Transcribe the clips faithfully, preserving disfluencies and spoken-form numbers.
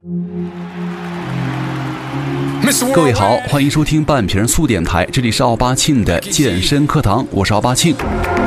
各位好，欢迎收听半瓶醋电台，这里是奥巴庆的健身课堂，我是奥巴庆。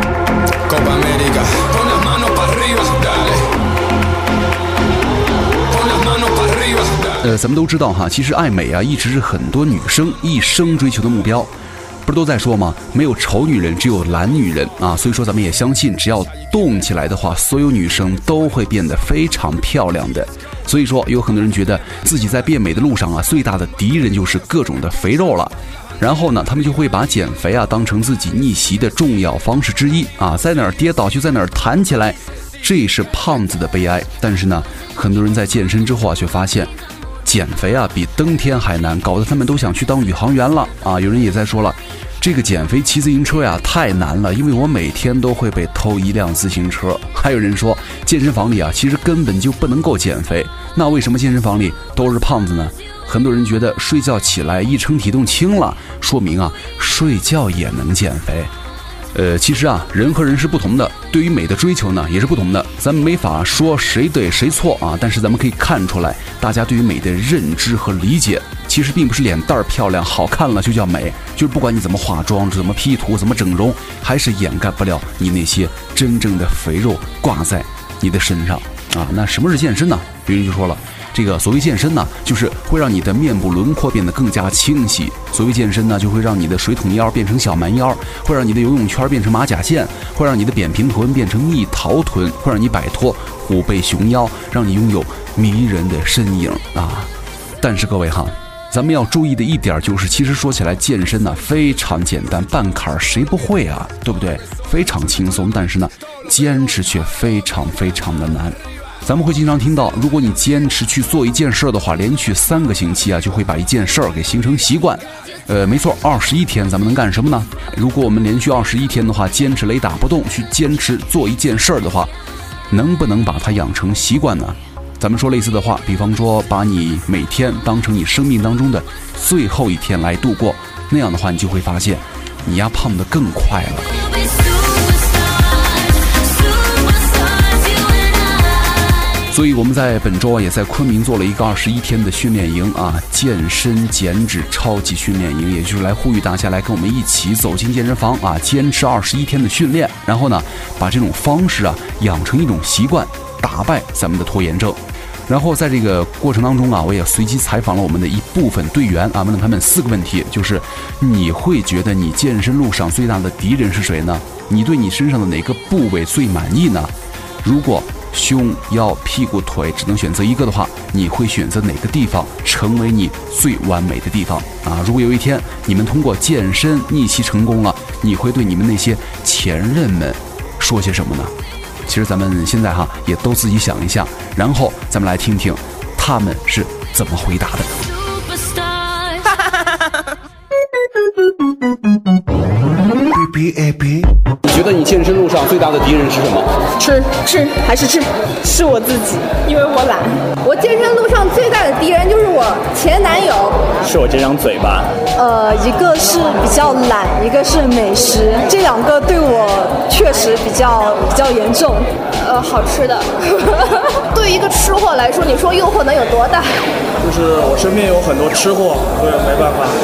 呃，咱们都知道哈，其实爱美啊，一直是很多女生一生追求的目标。不是都在说吗？没有丑女人，只有懒女人啊！所以说，咱们也相信，只要动起来的话，所有女生都会变得非常漂亮的。所以说，有很多人觉得自己在变美的路上啊，最大的敌人就是各种的肥肉了。然后呢，他们就会把减肥啊当成自己逆袭的重要方式之一啊，在哪儿跌倒就在哪儿弹起来，这是胖子的悲哀。但是呢，很多人在健身之后啊，却发现减肥啊比登天还难，搞得他们都想去当宇航员了啊！有人也在说了，这个减肥骑自行车呀太难了，因为我每天都会被偷一辆自行车。还有人说健身房里啊其实根本就不能够减肥，那为什么健身房里都是胖子呢？很多人觉得睡觉起来一称体重轻了，说明啊睡觉也能减肥。呃，其实啊，人和人是不同的，对于美的追求呢也是不同的。咱们没法说谁对谁错啊，但是咱们可以看出来，大家对于美的认知和理解，其实并不是脸蛋漂亮、好看了就叫美，就是不管你怎么化妆、怎么 P 图、怎么整容，还是掩盖不了你那些真正的肥肉挂在你的身上啊。那什么是健身呢？有人就说了，这个所谓健身呢，就是会让你的面部轮廓变得更加清晰。所谓健身呢，就会让你的水桶腰变成小蛮腰，会让你的游泳圈变成马甲线，会让你的扁平臀变成蜜桃臀，会让你摆脱虎背熊腰，让你拥有迷人的身影啊！但是各位哈，咱们要注意的一点就是，其实说起来健身呢非常简单，半坎儿谁不会啊？对不对？非常轻松，但是呢，坚持却非常非常的难。咱们会经常听到，如果你坚持去做一件事的话，连续三个星期啊，就会把一件事儿给形成习惯。呃，没错，二十一天咱们能干什么呢？如果我们连续二十一天的话，坚持雷打不动去坚持做一件事儿的话，能不能把它养成习惯呢？咱们说类似的话，比方说把你每天当成你生命当中的最后一天来度过，那样的话，你就会发现你呀胖得更快了。所以我们在本周啊，也在昆明做了一个二十一天的训练营啊，健身减脂超级训练营，也就是来呼吁大家来跟我们一起走进健身房啊，坚持二十一天的训练，然后呢，把这种方式啊养成一种习惯，打败咱们的拖延症。然后在这个过程当中啊，我也随机采访了我们的一部分队员啊，问了他们四个问题，就是你会觉得你健身路上最大的敌人是谁呢？你对你身上的哪个部位最满意呢？如果胸、腰、屁股、腿只能选择一个的话，你会选择哪个地方成为你最完美的地方啊？如果有一天你们通过健身逆袭成功了，你会对你们那些前任们说些什么呢？其实咱们现在哈也都自己想一下，然后咱们来听听他们是怎么回答的。你觉得你健身路上最大的敌人是什么？ 吃吃还是吃，是我自己，因为我懒。我健身路上最大的敌人就是我前男友， 是我这张嘴巴。 呃，一个是比较懒，一个是美食，这两个对我确实比较比较严重。呃，好吃的。对于一个吃货来说，你说诱惑能有多大？ 就是我身边有很多吃货，对，没办法。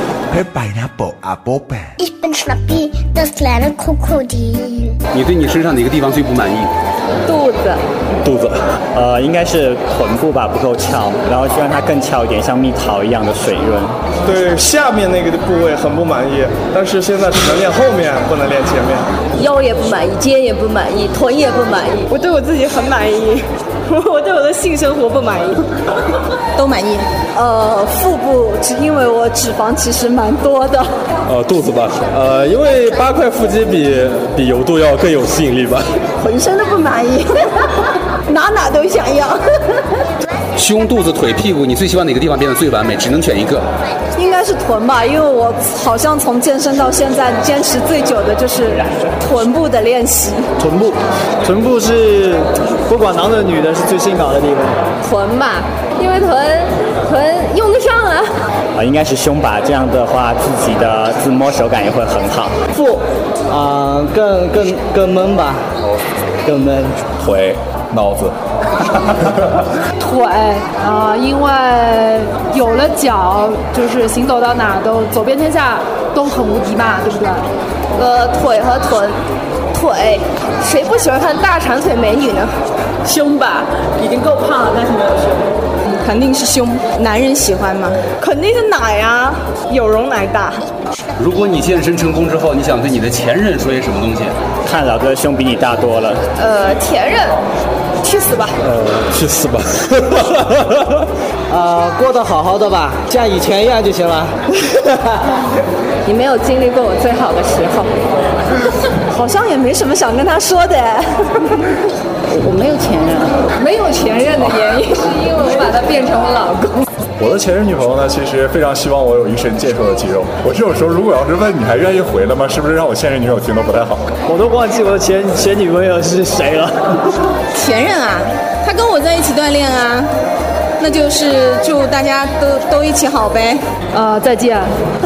Ich bin Schnappi, das kleine Krokodil. 你对你身上哪个地方最不满意？ 肚子。 肚子，呃，应该是臀部吧，不够翘，然后希望它更翘一点，像蜜桃一样的水润。 对，下面那个部位很不满意，但是现在只能练后面，不能练前面。 腰也不满意，肩也不满意，臀也不满意。我对我自己很满意，我对我的性生活不满意。都满意。呃，腹部只因为我脂肪其实蛮多的。 呃，肚子吧，呃，因为八块腹肌比比油肚要更有吸引力吧。 浑身都不满意，哪哪都想要。 胸、肚子、腿、屁股，你最希望哪个地方变得最完美？只能选一个。 应该是臀吧，因为我好像从健身到现在坚持最久的就是臀部的练习。 臀部，臀部是不管男的女的是最性感的地方。 臀吧，因为臀臀用得上啊。 啊，应该是胸吧，这样的话自己的自摸手感也会很好。 腹，啊、呃，更更更闷吧，更闷。 腿。 脑子。 腿啊、呃，因为有了脚，就是行走到哪都走遍天下都很无敌嘛，对不对？ 呃，腿和臀，腿，谁不喜欢看大长腿美女呢？ 胸吧，已经够胖了，但是没有胸。 肯定是胸，男人喜欢吗？肯定是奶啊，有容乃大。 如果你健身成功之后，你想对你的前任说些什么东西？ 看老哥的胸比你大多了。 呃，前任，去死吧！ 呃，去死吧！ 呃，过得好好的吧，像以前一样就行了。 你没有经历过我最好的时候，好像也没什么想跟他说的。我没有前任， 没有前任的原因是因为我把他变成我老公。 我的前任女朋友呢，其实非常希望我有一身健硕的肌肉。我这种时候，如果要是问你还愿意回了吗？是不是让我现任女友听都不太好？ 我都忘记我的前前女朋友是谁了。 前任啊，他跟我在一起锻炼啊，那就是祝大家都都一起好呗。 呃，再见。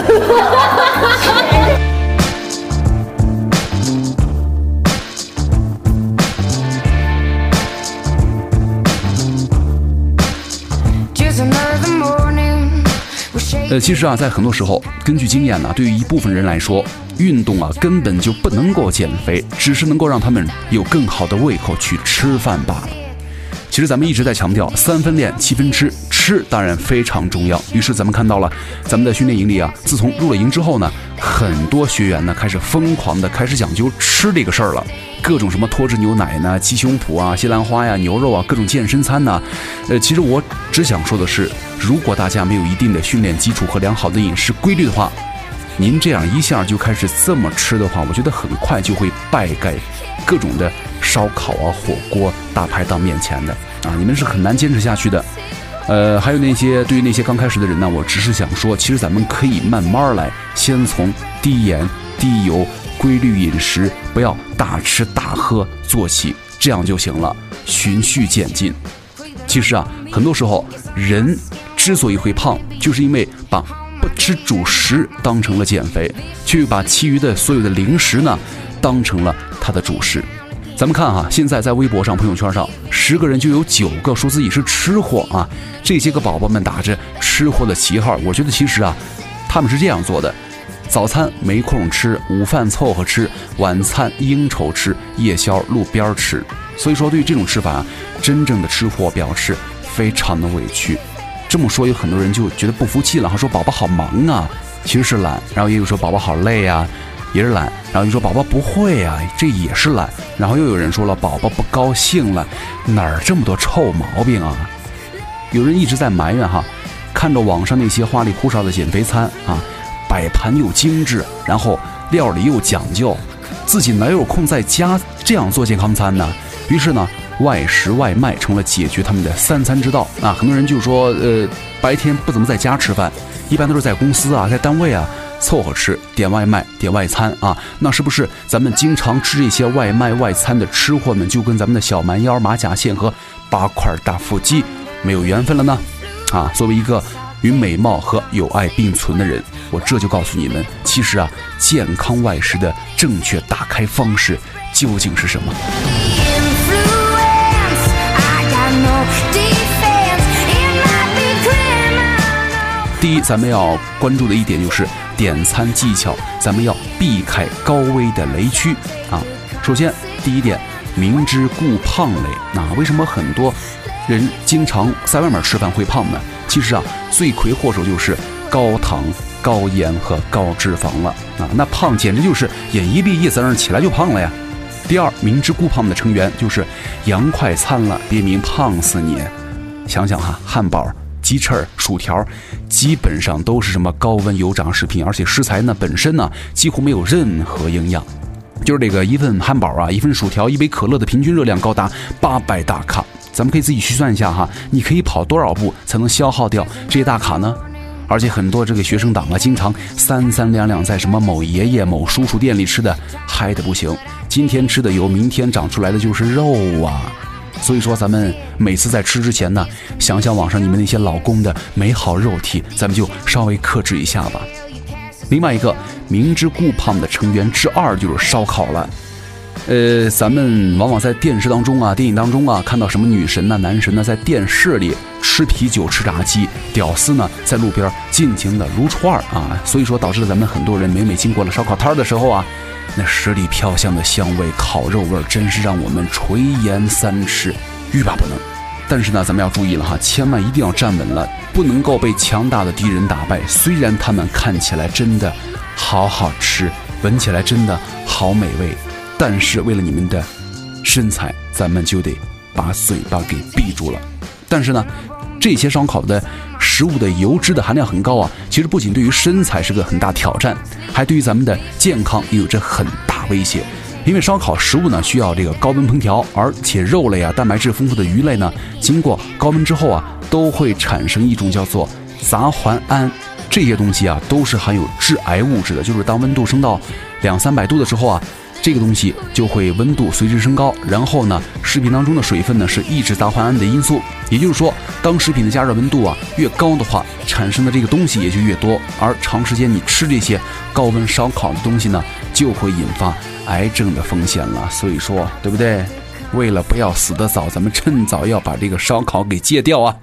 呃，其实啊，在很多时候，根据经验呢、啊，对于一部分人来说，运动啊根本就不能够减肥，只是能够让他们有更好的胃口去吃饭罢了。其实咱们一直在强调三分练七分吃，吃当然非常重要。于是咱们看到了咱们的训练营里啊，自从入了营之后呢，很多学员呢开始疯狂的开始讲究吃这个事儿了。各种什么脱脂牛奶呢、鸡胸脯啊、西兰花呀、牛肉啊，各种健身餐呢。呃，其实我只想说的是，如果大家没有一定的训练基础和良好的饮食规律的话，您这样一下就开始这么吃的话，我觉得很快就会败给各种的烧烤啊、火锅、大排档面前的啊，你们是很难坚持下去的。呃，还有那些对于那些刚开始的人呢，我只是想说，其实咱们可以慢慢来，先从低盐、低油、规律饮食，不要大吃大喝做起，这样就行了，循序渐进。其实啊，很多时候人之所以会胖，就是因为把不吃主食当成了减肥，却把其余的所有的零食呢当成了它的主食。咱们看哈、啊，现在在微博上、朋友圈上，十个人就有九个说自己是吃货啊。这些个宝宝们打着吃货的旗号，我觉得其实啊，他们是这样做的：早餐没空吃，午饭凑合吃，晚餐应酬吃，夜宵路边吃。所以说，对于这种吃法啊，真正的吃货表示非常的委屈。这么说，有很多人就觉得不服气了，哈，说宝宝好忙啊，其实是懒。然后也有说宝宝好累啊，也是懒。然后又说宝宝不会啊，这也是懒。然后又有人说了，宝宝不高兴了，哪儿这么多臭毛病啊？有人一直在埋怨哈，看着网上那些花里胡哨的减肥餐啊，摆盘又精致，然后料理又讲究，自己哪有空在家这样做健康餐呢？于是呢，外食外卖成了解决他们的三餐之道啊！很多人就说，呃，白天不怎么在家吃饭，一般都是在公司啊，在单位啊凑合吃，点外卖、点外餐啊。那是不是咱们经常吃这些外卖外餐的吃货们，就跟咱们的小蛮腰、马甲线和八块大腹肌没有缘分了呢？啊，作为一个与美貌和有爱并存的人，我这就告诉你们，其实啊，健康外食的正确打开方式究竟是什么？第一，咱们要关注的一点就是点餐技巧，咱们要避开高危的雷区啊。首先，第一点，明知故胖嘞。那、啊、为什么很多人经常在外面吃饭会胖呢？其实啊，罪魁祸首就是高糖、高盐和高脂肪了啊。那胖简直就是眼一闭一睁起来就胖了呀。第二，明知故胖的成员就是洋快餐了，别名胖死你。想想哈，汉堡、鸡翅、薯条，基本上都是什么高温油炸食品，而且食材呢本身呢几乎没有任何营养。就是这个一份汉堡啊，一份薯条，一杯可乐的平均热量高达八百大卡。咱们可以自己去算一下哈，你可以跑多少步才能消耗掉这些大卡呢？而且很多这个学生党啊，经常三三两两在什么某爷爷、某叔叔店里吃的，嗨的不行。今天吃的油，明天长出来的就是肉啊。所以说，咱们每次在吃之前呢，想想网上你们那些老公的美好肉体，咱们就稍微克制一下吧。另外一个明知故胖的成员之二就是烧烤了。 呃，咱们往往在电视当中啊、电影当中啊，看到什么女神呐、男神呢，在电视里吃啤酒、吃炸鸡，屌丝呢在路边尽情的撸串儿啊，所以说导致了咱们很多人每每经过了烧烤摊的时候啊，那十里飘香的香味、烤肉味，真是让我们垂涎三尺，欲罢不能。但是呢，咱们要注意了哈，千万一定要站稳了，不能够被强大的敌人打败。虽然他们看起来真的好好吃，闻起来真的好美味，但是为了你们的身材，咱们就得把嘴巴给闭住了。但是呢，这些烧烤的食物的油脂的含量很高啊，其实不仅对于身材是个很大挑战，还对于咱们的健康也有着很大威胁。因为烧烤食物呢需要这个高温烹调，而且肉类啊、蛋白质丰富的鱼类呢，经过高温之后啊，都会产生一种叫做杂环胺，这些东西啊都是含有致癌物质的。就是当温度升到两三百度的时候啊，这个东西就会温度随之升高，然后呢，食品当中的水分呢是抑制杂环胺的因素，也就是说，当食品的加热温度啊越高的话，产生的这个东西也就越多，而长时间你吃这些高温烧烤的东西呢，就会引发癌症的风险了。所以说，对不对？为了不要死得早，咱们趁早要把这个烧烤给戒掉啊！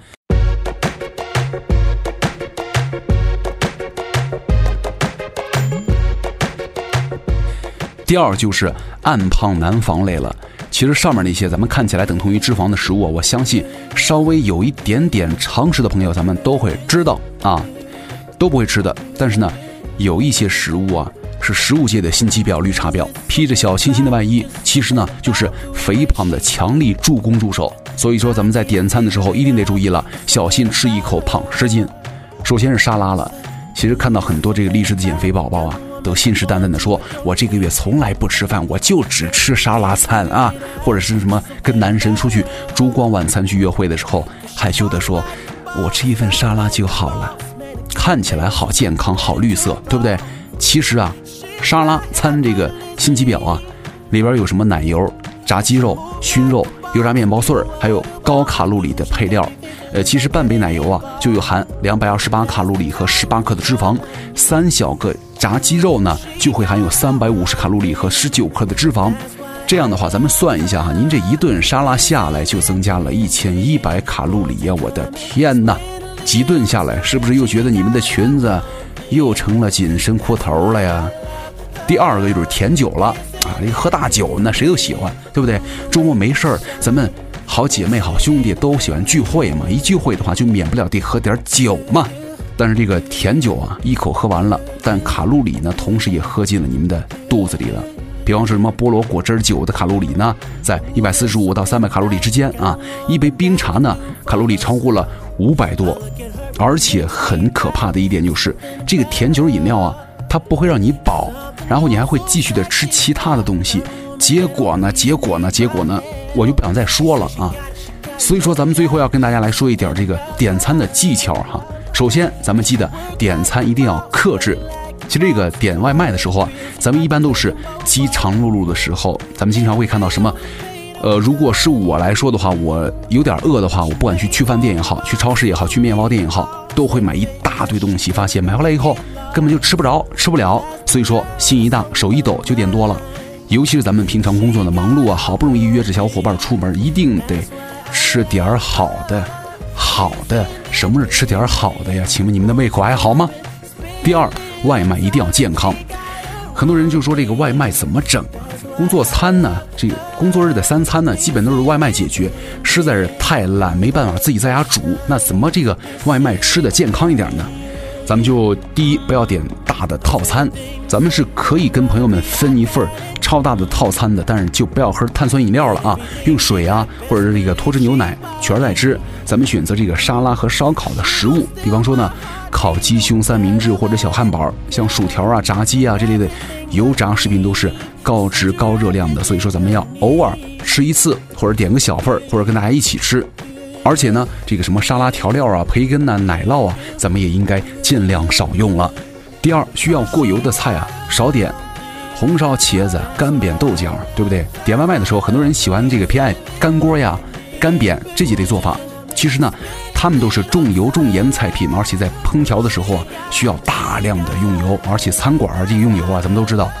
第二就是暗胖难防类了。其实上面那些咱们看起来等同于脂肪的食物啊，我相信稍微有一点点常识的朋友，咱们都会知道啊，都不会吃的。但是呢，有一些食物啊，是食物界的心机婊、绿茶婊，披着小清新的外衣，其实呢就是肥胖的强力助攻助手。所以说咱们在点餐的时候一定得注意了，小心吃一口胖十斤。首先是沙拉了，其实看到很多这个励志的减肥宝宝啊，都信誓旦旦的说，我这个月从来不吃饭，我就只吃沙拉餐啊，或者是什么跟男神出去烛光晚餐去约会的时候，害羞的说，我吃一份沙拉就好了，看起来好健康好绿色，对不对？其实啊，沙拉餐这个心机婊啊，里边有什么奶油、炸鸡肉、熏肉、油炸面包碎儿，还有高卡路里的配料。呃，其实半杯奶油啊，就有含两百二十八卡路里和十八克的脂肪；三小个炸鸡肉呢，就会含有三百五十卡路里和十九克的脂肪。这样的话，咱们算一下哈，您这一顿沙拉下来就增加了一千一百卡路里呀！我的天哪，几顿下来，是不是又觉得你们的裙子又成了紧身裤头了呀？第二个就是甜酒了啊，这喝大酒那谁都喜欢，对不对？周末没事儿，咱们好姐妹好兄弟都喜欢聚会嘛，一聚会的话就免不了得喝点酒嘛。但是这个甜酒啊，一口喝完了，但卡路里呢，同时也喝进了你们的肚子里了。比方说什么菠萝果汁酒的卡路里呢，在一百四十五到三百卡路里之间啊。一杯冰茶呢，卡路里超过了五百多。而且很可怕的一点就是，这个甜酒饮料啊，它不会让你饱，然后你还会继续的吃其他的东西。结果呢，结果呢，结果呢，我就不想再说了啊。所以说，咱们最后要跟大家来说一点这个点餐的技巧哈。首先，咱们记得点餐一定要克制。其实这个点外卖的时候啊，咱们一般都是饥肠辘辘的时候，咱们经常会看到什么，呃，如果是我来说的话，我有点饿的话，我不管去去饭店也好，去超市也好，去面包店也好，都会买一大堆东西，发现买回来以后根本就吃不着，吃不了。所以说心一大，手一抖就点多了。尤其是咱们平常工作的忙碌啊，好不容易约着小伙伴出门，一定得吃点好的，好的。什么是吃点好的呀？请问你们的胃口还好吗？第二，外卖一定要健康。很多人就说这个外卖怎么整啊？工作餐呢，这个工作日的三餐呢，基本都是外卖解决，实在是太懒，没办法自己在家煮。那怎么这个外卖吃的健康一点呢？咱们就第一，不要点大的套餐，咱们是可以跟朋友们分一份超大的套餐的，但是就不要喝碳酸饮料了啊，用水啊，或者是这个脱脂牛奶取而代之。咱们选择这个沙拉和烧烤的食物，比方说呢，烤鸡胸、三明治或者小汉堡，像薯条啊、炸鸡啊这类的油炸食品都是高脂高热量的，所以说咱们要偶尔吃一次，或者点个小份，或者跟大家一起吃。而且呢，这个什么沙拉调料啊、培根啊、奶酪啊，咱们也应该尽量少用了。第二，需要过油的菜啊，少点。红烧茄子、干煸豆角，对不对？点外卖的时候，很多人喜欢这个偏爱干锅呀、干煸这几类做法。其实呢，他们都是重油重盐菜品，而且在烹调的时候啊，需要大量的用油。而且餐馆这个用油啊，咱们都知道，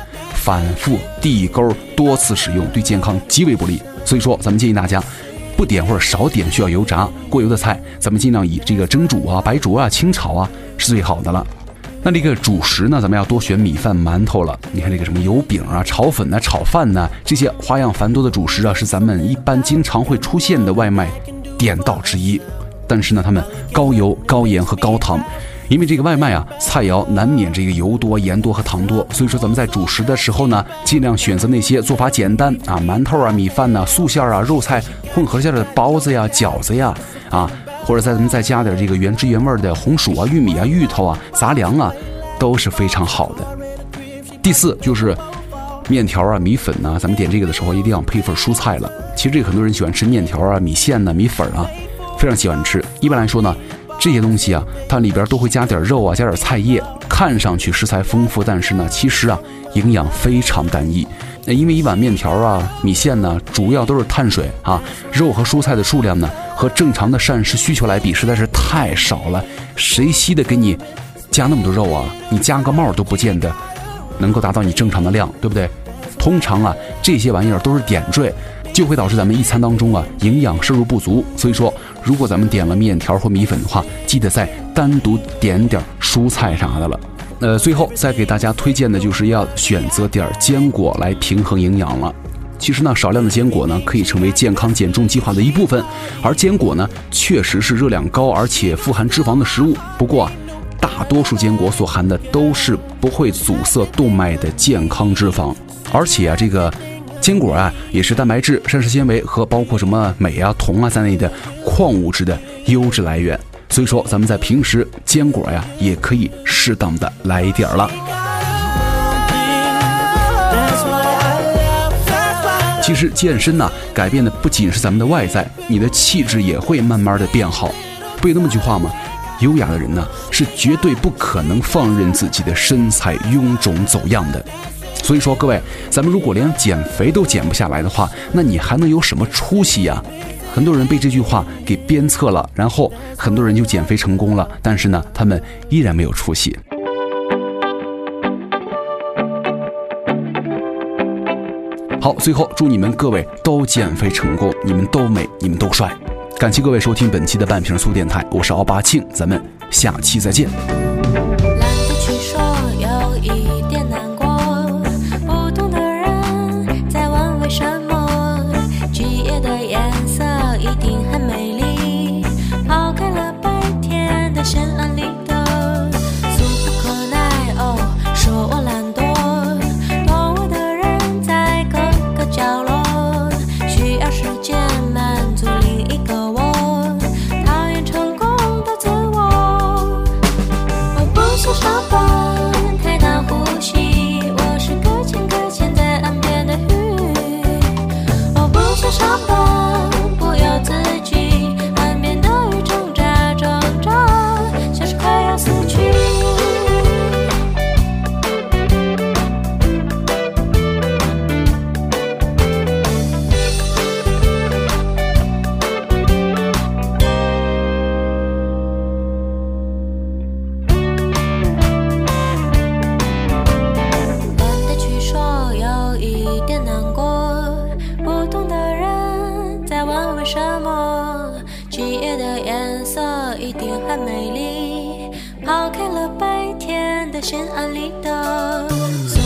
反复地沟多次使用对健康极为不利。所以说咱们建议大家不点或者少点需要油炸过油的菜，咱们尽量以这个蒸煮啊、白煮啊、清炒啊是最好的了。那这个主食呢，咱们要多选米饭、馒头了。你看这个什么油饼啊、炒粉啊、炒饭呢、啊，这些花样繁多的主食啊，是咱们一般经常会出现的外卖点到之一。但是呢，他们高油、高盐和高糖，因为这个外卖啊，菜肴难免这个油多、盐多和糖多，所以说咱们在主食的时候呢，尽量选择那些做法简单啊，馒头啊、米饭呐、啊、素馅啊、肉菜混合馅的包子呀、饺子呀啊。或者咱们再加点这个原汁原味的红薯啊、玉米啊、芋头啊、杂粮啊，都是非常好的。第四就是面条啊、米粉啊，咱们点这个的时候一定要配份蔬菜了。其实这个很多人喜欢吃面条啊、米线呐、啊、米粉啊，非常喜欢吃。一般来说呢，这些东西啊，它里边都会加点肉啊、加点菜叶，看上去食材丰富，但是呢，其实啊，营养非常单一。因为一碗面条啊、米线呢，主要都是碳水啊，肉和蔬菜的数量呢，和正常的膳食需求来比，实在是太少了。谁稀的给你加那么多肉啊？你加个帽都不见得能够达到你正常的量，对不对？通常啊，这些玩意儿都是点缀，就会导致咱们一餐当中啊，营养摄入不足。所以说，如果咱们点了面条或米粉的话，记得再单独点点蔬菜啥的了。呃，最后再给大家推荐的就是要选择点坚果来平衡营养了。其实呢，少量的坚果呢可以成为健康减重计划的一部分，而坚果呢确实是热量高而且富含脂肪的食物。不过啊，大多数坚果所含的都是不会阻塞动脉的健康脂肪，而且啊，这个坚果啊也是蛋白质、膳食纤维和包括什么镁啊、铜啊在内的矿物质的优质来源。所以说，咱们在平时坚果呀也可以适当的来一点了。其实健身呢，改变的不仅是咱们的外在，你的气质也会慢慢的变好。不有那么句话吗？优雅的人呢，是绝对不可能放任自己的身材臃肿走样的。所以说，各位，咱们如果连减肥都减不下来的话，那你还能有什么出息呀？很多人被这句话给鞭策了，然后很多人就减肥成功了，但是呢，他们依然没有出息。好，最后祝你们各位都减肥成功，你们都美，你们都帅。感谢各位收听本期的半瓶醋电台，我是奥巴庆，咱们下期再见。 懒得去说有一点难过，不同的人在问为什么，橘叶的颜色一定很美丽，抛开了白天的深暗里的俗不可耐。哦，说我懒惰，多我的人在各个角落，需要时间满足另一个我，讨厌成功的自我。我不想上班，太难呼吸，我是搁浅搁浅在岸边的鱼。我不想上班，不由自己，岸边的鱼挣扎挣扎，像是快要死去。懒得去说有一点难过，不同的人在问为什么，橘叶的颜色一定很美丽，抛开了白天的深暗里的